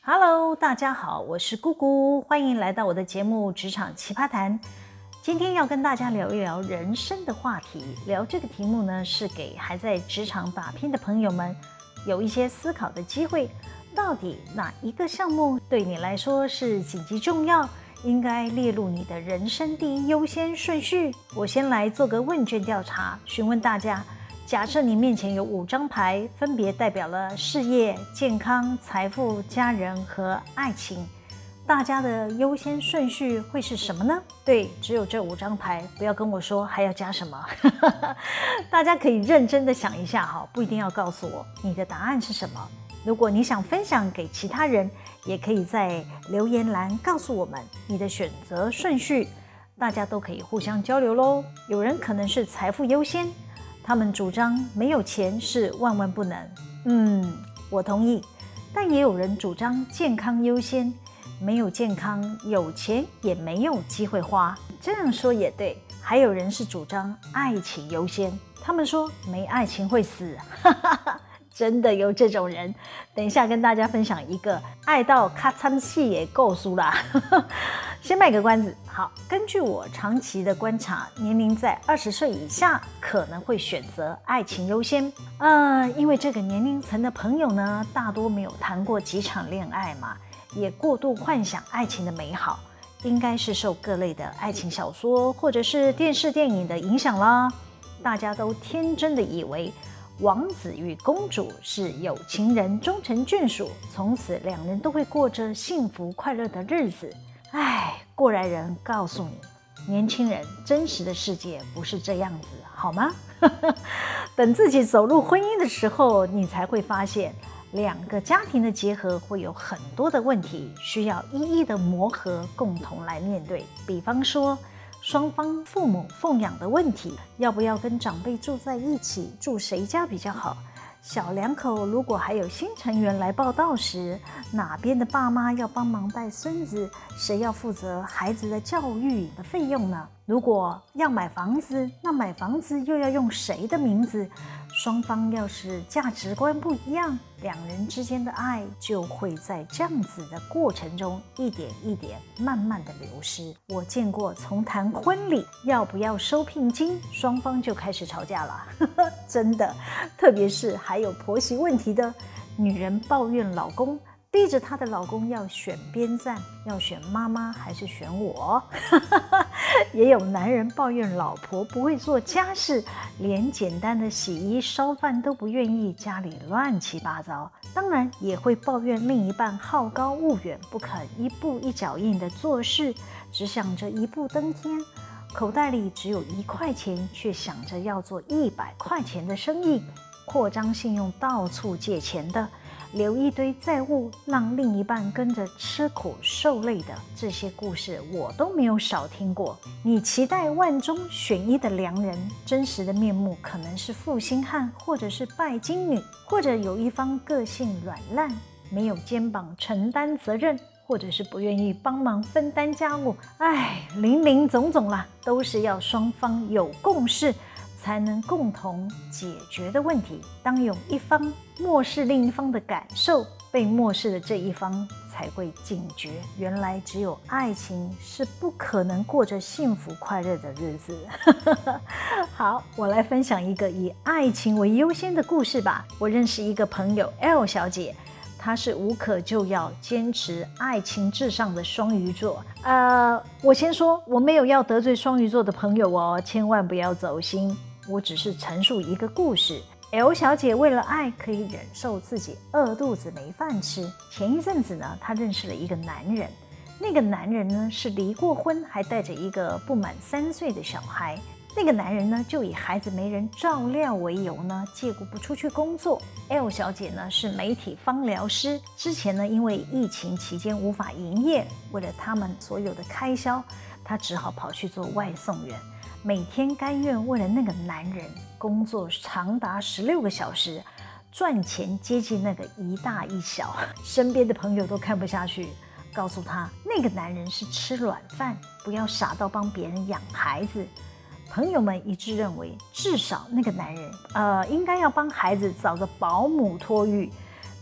Hello， 大家好，我是姑姑，欢迎来到我的节目《职场奇葩谈》。今天要跟大家聊一聊人生的话题。聊这个题目呢，是给还在职场打拼的朋友们有一些思考的机会。到底哪一个项目对你来说是紧急重要，应该列入你的人生第一优先顺序？我先来做个问卷调查，询问大家。假设你面前有5张牌，分别代表了事业、健康、财富、家人和爱情，大家的优先顺序会是什么呢？对，只有这5张牌，不要跟我说还要加什么。大家可以认真的想一下，不一定要告诉我你的答案是什么。如果你想分享给其他人，也可以在留言栏告诉我们你的选择顺序，大家都可以互相交流咯。有人可能是财富优先，他们主张没有钱是万万不能。我同意。但也有人主张健康优先，没有健康，有钱也没有机会花。这样说也对。还有人是主张爱情优先，他们说没爱情会死。真的有这种人。等一下跟大家分享一个爱到咔嚓戏也够输啦。先卖个关子。好，根据我长期的观察，年龄在20岁以下可能会选择爱情优先。因为这个年龄层的朋友呢，大多没有谈过几场恋爱嘛，也过度幻想爱情的美好，应该是受各类的爱情小说或者是电视电影的影响啦。大家都天真的以为王子与公主是有情人终成眷属，从此2人都会过着幸福快乐的日子。过来人告诉你，年轻人，真实的世界不是这样子，好吗？等自己走入婚姻的时候，你才会发现2个家庭的结合会有很多的问题，需要一一的磨合，共同来面对。比方说双方父母奉养的问题，要不要跟长辈住在一起，住谁家比较好？小2口如果还有新成员来报到时，哪边的爸妈要帮忙带孙子，谁要负责孩子的教育的费用呢？如果要买房子，那买房子又要用谁的名字？双方要是价值观不一样，2人之间的爱就会在这样子的过程中一点一点慢慢的流失。我见过从谈婚礼要不要收聘金，双方就开始吵架了。真的，特别是还有婆媳问题的女人抱怨老公，逼着她的老公要选边站，要选妈妈还是选我？也有男人抱怨老婆不会做家事，连简单的洗衣烧饭都不愿意，家里乱七八糟。当然也会抱怨另一半好高骛远，不肯一步一脚印的做事，只想着一步登天，口袋里只有1块钱，却想着要做100块钱的生意，扩张信用，到处借钱的，留一堆债务，让另一半跟着吃苦受累的，这些故事我都没有少听过。你期待万中选一的良人，真实的面目可能是负心汉，或者是拜金女，或者有一方个性软烂，没有肩膀承担责任，或者是不愿意帮忙分担家务。林林总总啦，都是要双方有共识才能共同解决的问题。当有一方漠视另一方的感受，被漠视的这一方才会警觉，原来只有爱情是不可能过着幸福快乐的日子。好，我来分享一个以爱情为优先的故事吧。我认识一个朋友 L 小姐，她是无可救药、坚持爱情至上的双鱼座。我先说，我没有要得罪双鱼座的朋友哦，千万不要走心。我只是陈述一个故事。L 小姐为了爱可以忍受自己饿肚子没饭吃。前一阵子呢，她认识了一个男人，那个男人呢是离过婚，还带着一个不满3岁的小孩。那个男人呢就以孩子没人照料为由呢，借故不出去工作。L 小姐呢是媒体芳疗师，之前呢因为疫情期间无法营业，为了他们所有的开销，她只好跑去做外送员。每天甘愿为了那个男人工作长达16个小时，赚钱接近那个一大一小。身边的朋友都看不下去，告诉他那个男人是吃软饭，不要傻到帮别人养孩子。朋友们一致认为，至少那个男人应该要帮孩子找个保姆托育。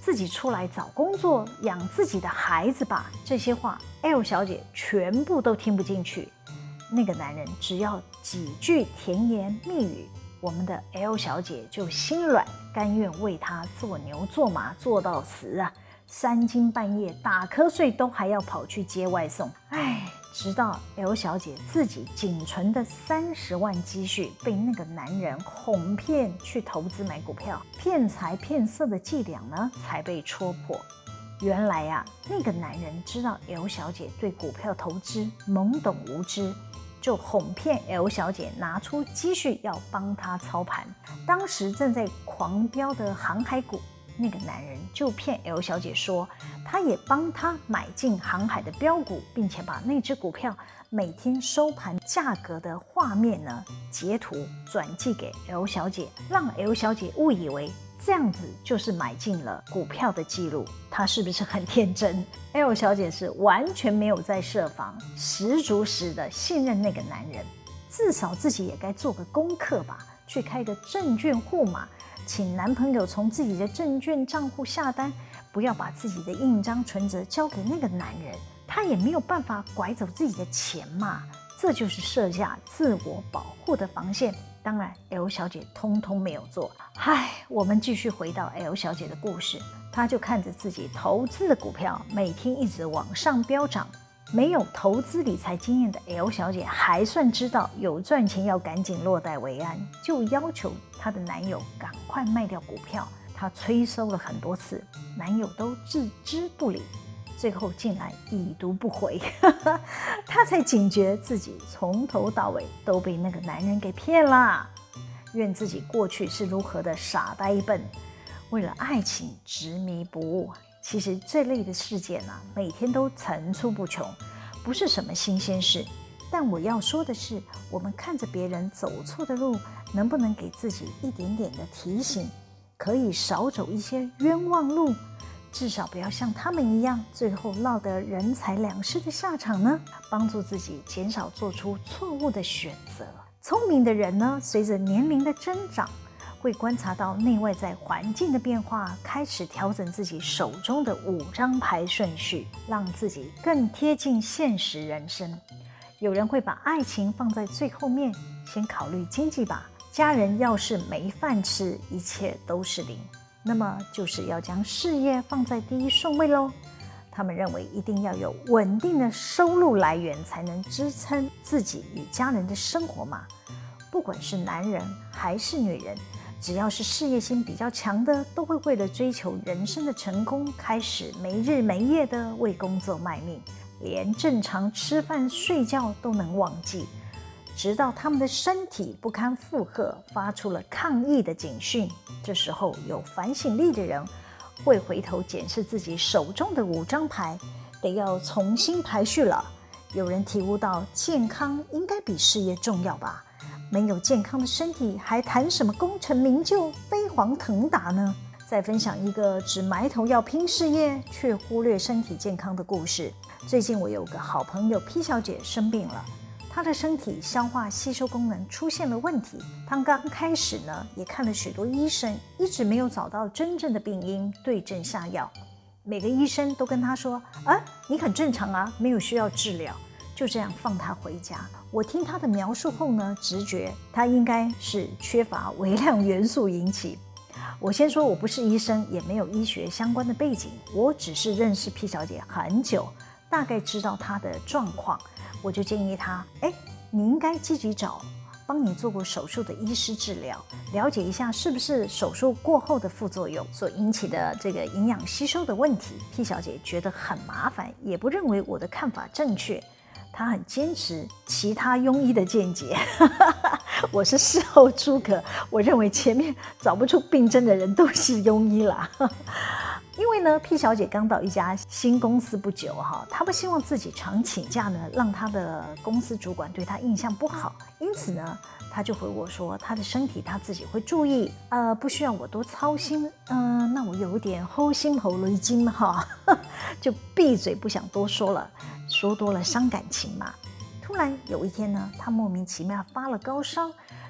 自己出来找工作，养自己的孩子吧。这些话 L 小姐全部都听不进去。那个男人只要几句甜言蜜语，我们的 L 小姐就心软，甘愿为他做牛做马做到死啊！3更半夜打瞌睡都还要跑去接外送。直到 L 小姐自己仅存的30万积蓄被那个男人哄骗去投资买股票，骗财骗色的伎俩呢才被戳破。原来啊，那个男人知道 L 小姐对股票投资懵懂无知，就哄骗 L 小姐拿出积蓄要帮他操盘。当时正在狂飙的航海股，那个男人就骗 L 小姐说，他也帮他买进航海的标股，并且把那只股票每天收盘价格的画面呢截图转寄给 L 小姐，让 L 小姐误以为这样子就是买进了股票的记录。她是不是很天真？ L 小姐是完全没有在设防，十足十的信任那个男人，至少自己也该做个功课吧，去开个证券户嘛，请男朋友从自己的证券账户下单，不要把自己的印章存折交给那个男人，他也没有办法拐走自己的钱嘛。这就是设下自我保护的防线。当然 L 小姐通通没有做。我们继续回到 L 小姐的故事。她就看着自己投资的股票每天一直往上飙涨，没有投资理财经验的 L 小姐还算知道有赚钱要赶紧落袋为安，就要求她的男友赶快卖掉股票。她催收了很多次，男友都置之不理，最后竟然已读不回。她才警觉自己从头到尾都被那个男人给骗了，怨自己过去是如何的傻呆笨，为了爱情执迷不悟。其实这类的事件啊，每天都层出不穷，不是什么新鲜事。但我要说的是，我们看着别人走错的路，能不能给自己一点点的提醒，可以少走一些冤枉路，至少不要像他们一样，最后落得人财两失的下场呢？帮助自己减少做出错误的选择。聪明的人呢，随着年龄的增长，会观察到内外在环境的变化，开始调整自己手中的5张牌顺序，让自己更贴近现实人生。有人会把爱情放在最后面，先考虑经济吧。家人要是没饭吃，一切都是零，那么就是要将事业放在第一顺位咯。他们认为一定要有稳定的收入来源，才能支撑自己与家人的生活嘛。不管是男人还是女人，只要是事业心比较强的，都会为了追求人生的成功，开始没日没夜的为工作卖命，连正常吃饭睡觉都能忘记，直到他们的身体不堪负荷，发出了抗议的警讯。这时候有反省力的人会回头检视自己手中的5张牌，得要重新排序了。有人体悟到健康应该比事业重要吧，没有健康的身体，还谈什么功成名就、飞黄腾达呢？再分享一个只埋头要拼事业，却忽略身体健康的故事。最近我有个好朋友 P 小姐生病了，她的身体消化吸收功能出现了问题。她刚开始呢，也看了许多医生，一直没有找到真正的病因，对症下药。每个医生都跟她说：“你很正常啊，没有需要治疗。”就这样放她回家。我听她的描述后呢，直觉她应该是缺乏微量元素引起。我先说，我不是医生，也没有医学相关的背景，我只是认识 P 小姐很久，大概知道她的状况。我就建议她，你应该积极找帮你做过手术的医师治疗，了解一下是不是手术过后的副作用所引起的这个营养吸收的问题。P 小姐觉得很麻烦，也不认为我的看法正确，她很坚持其他庸医的见解。我是事后诸葛，我认为前面找不出病症的人都是庸医啦。因为呢 P 小姐刚到一家新公司不久她不希望自己常请假呢，让她的公司主管对她印象不好，因此呢她就回我说她的身体她自己会注意，不需要我多操心。那我有点齁心齁雷筋就闭嘴不想多说了，说多了伤感情嘛。突然有一天呢，她莫名其妙发了高烧，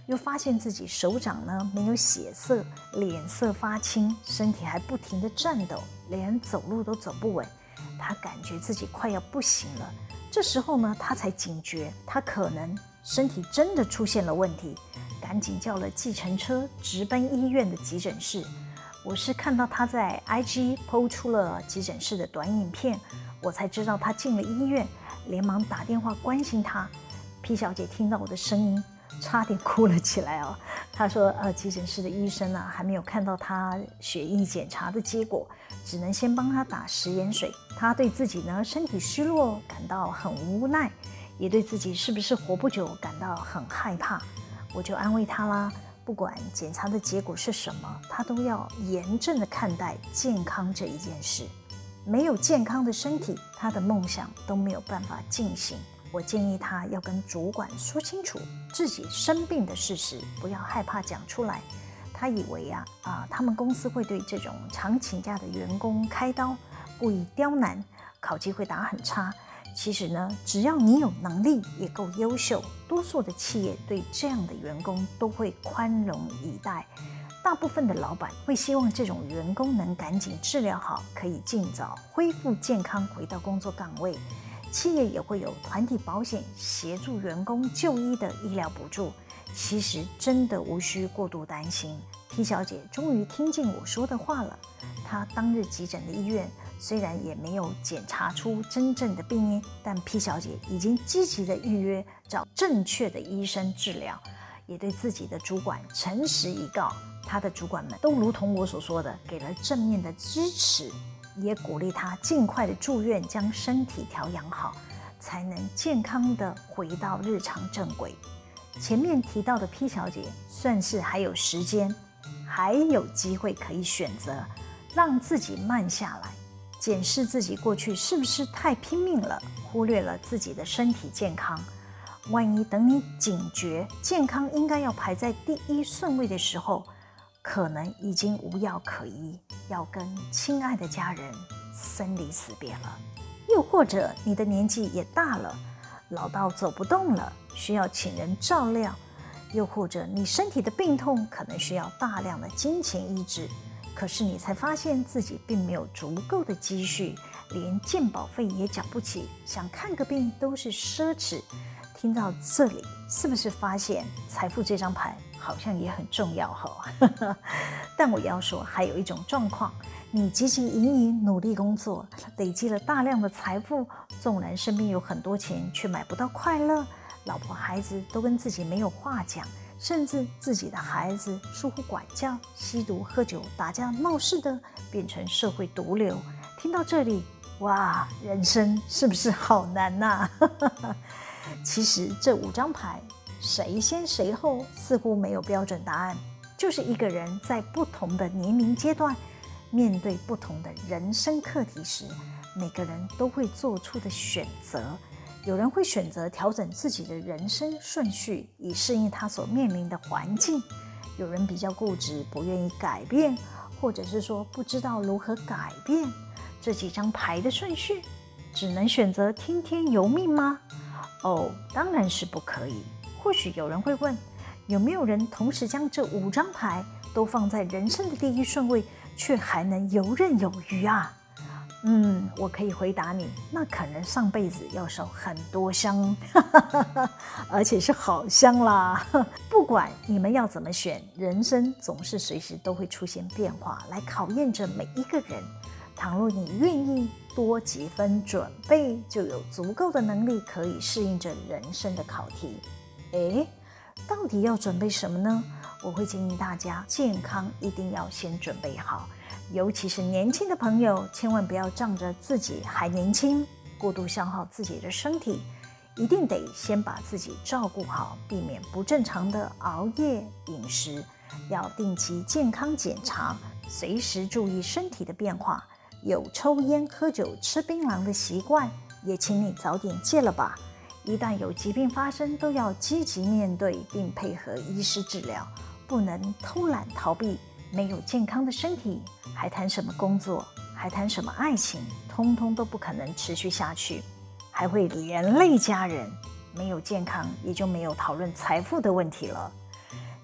又发现自己手掌呢没有血色，脸色发青，身体还不停地颤抖，连走路都走不稳。他感觉自己快要不行了。这时候呢，他才警觉，他可能身体真的出现了问题，赶紧叫了计程车，直奔医院的急诊室。我是看到他在 IG PO 出了急诊室的短影片，我才知道他进了医院，连忙打电话关心他。P 小姐听到我的声音，差点哭了起来哦。她说急诊室的医生啊，还没有看到她血液检查的结果，只能先帮她打食盐水。她对自己呢身体虚弱感到很无奈，也对自己是不是活不久感到很害怕。我就安慰她啦，不管检查的结果是什么，她都要严正的看待健康这一件事。没有健康的身体，她的梦想都没有办法进行。我建议他要跟主管说清楚自己生病的事实，不要害怕讲出来。他以为他们公司会对这种常请假的员工开刀，故意刁难，考绩会打很差。其实呢，只要你有能力，也够优秀，多数的企业对这样的员工都会宽容以待。大部分的老板会希望这种员工能赶紧治疗好，可以尽早恢复健康，回到工作岗位。企业也会有团体保险协助员工就医的医疗补助，其实真的无需过度担心。P 小姐终于听进我说的话了，她当日急诊的医院虽然也没有检查出真正的病因，但 P 小姐已经积极的预约找正确的医生治疗，也对自己的主管诚实以告。她的主管们都如同我所说的，给了正面的支持，也鼓励他尽快的住院，将身体调养好，才能健康的回到日常正轨。前面提到的 P 小姐算是还有时间，还有机会可以选择让自己慢下来，检视自己过去是不是太拼命了，忽略了自己的身体健康。万一等你警觉健康应该要排在第一顺位的时候，可能已经无药可医，要跟亲爱的家人生离死别了。又或者你的年纪也大了，老到走不动了，需要请人照料。又或者你身体的病痛可能需要大量的金钱医治，可是你才发现自己并没有足够的积蓄，连健保费也缴不起，想看个病都是奢侈。听到这里，是不是发现财富这张牌好像也很重要但我要说，还有一种状况，你汲汲营营努力工作，累积了大量的财富，纵然身边有很多钱，却买不到快乐，老婆孩子都跟自己没有话讲，甚至自己的孩子疏忽管教，吸毒喝酒打架闹事的，变成社会毒瘤。听到这里，哇，人生是不是好难啊其实这5张牌谁先谁后似乎没有标准答案，就是一个人在不同的年龄阶段面对不同的人生课题时，每个人都会做出的选择。有人会选择调整自己的人生顺序，以适应他所面临的环境；有人比较固执，不愿意改变，或者是说不知道如何改变。这几张牌的顺序，只能选择听天由命吗？当然是不可以。或许有人会问，有没有人同时将这5张牌都放在人生的第一顺位，却还能游刃有余啊？我可以回答你，那可能上辈子要烧很多香而且是好香啦不管你们要怎么选，人生总是随时都会出现变化，来考验着每一个人。倘若你愿意多几分准备，就有足够的能力可以适应着人生的考题。到底要准备什么呢？我会建议大家，健康一定要先准备好，尤其是年轻的朋友，千万不要仗着自己还年轻，过度消耗自己的身体，一定得先把自己照顾好，避免不正常的熬夜饮食，要定期健康检查，随时注意身体的变化。有抽烟、喝酒、吃槟榔的习惯，也请你早点戒了吧。一旦有疾病发生，都要积极面对并配合医师治疗，不能偷懒逃避。没有健康的身体，还谈什么工作，还谈什么爱情，通通都不可能持续下去，还会连累家人。没有健康，也就没有讨论财富的问题了。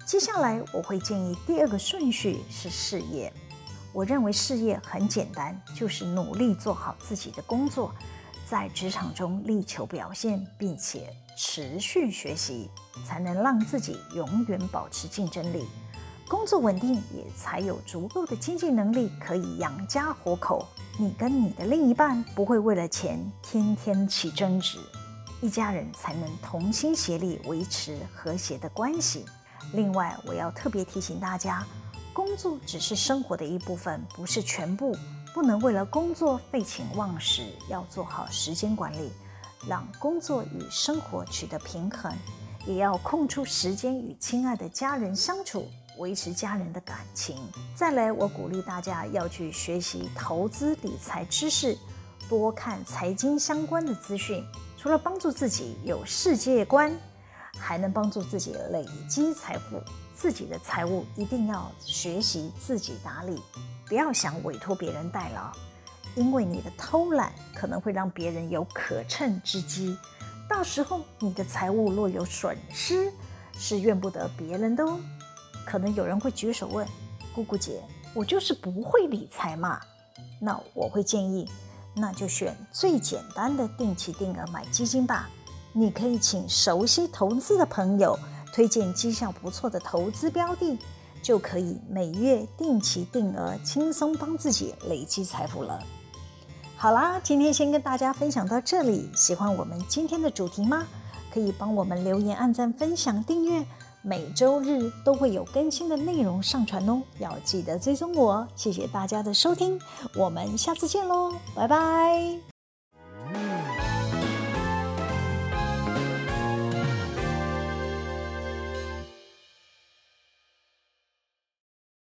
接下来我会建议第二个顺序是事业。我认为事业很简单，就是努力做好自己的工作，在职场中力求表现，并且持续学习，才能让自己永远保持竞争力。工作稳定，也才有足够的经济能力可以养家活口。你跟你的另一半不会为了钱天天起争执，一家人才能同心协力维持和谐的关系。另外，我要特别提醒大家，工作只是生活的一部分，不是全部，不能为了工作废寝忘食，要做好时间管理，让工作与生活取得平衡，也要空出时间与亲爱的家人相处，维持家人的感情。再来，我鼓励大家要去学习投资理财知识，多看财经相关的资讯，除了帮助自己有世界观，还能帮助自己累积财富。自己的财务一定要学习自己打理，不要想委托别人代劳，因为你的偷懒可能会让别人有可乘之机，到时候你的财务若有损失，是怨不得别人的哦。可能有人会举手问，姑姑姐，我就是不会理财嘛。那我会建议，那就选最简单的定期定额买基金吧。你可以请熟悉投资的朋友推荐绩效不错的投资标的，就可以每月定期定额轻松帮自己累积财富了。好啦，今天先跟大家分享到这里。喜欢我们今天的主题吗？可以帮我们留言、按赞、分享、订阅，每周日都会有更新的内容上传哦，要记得追踪我。谢谢大家的收听，我们下次见喽，拜拜。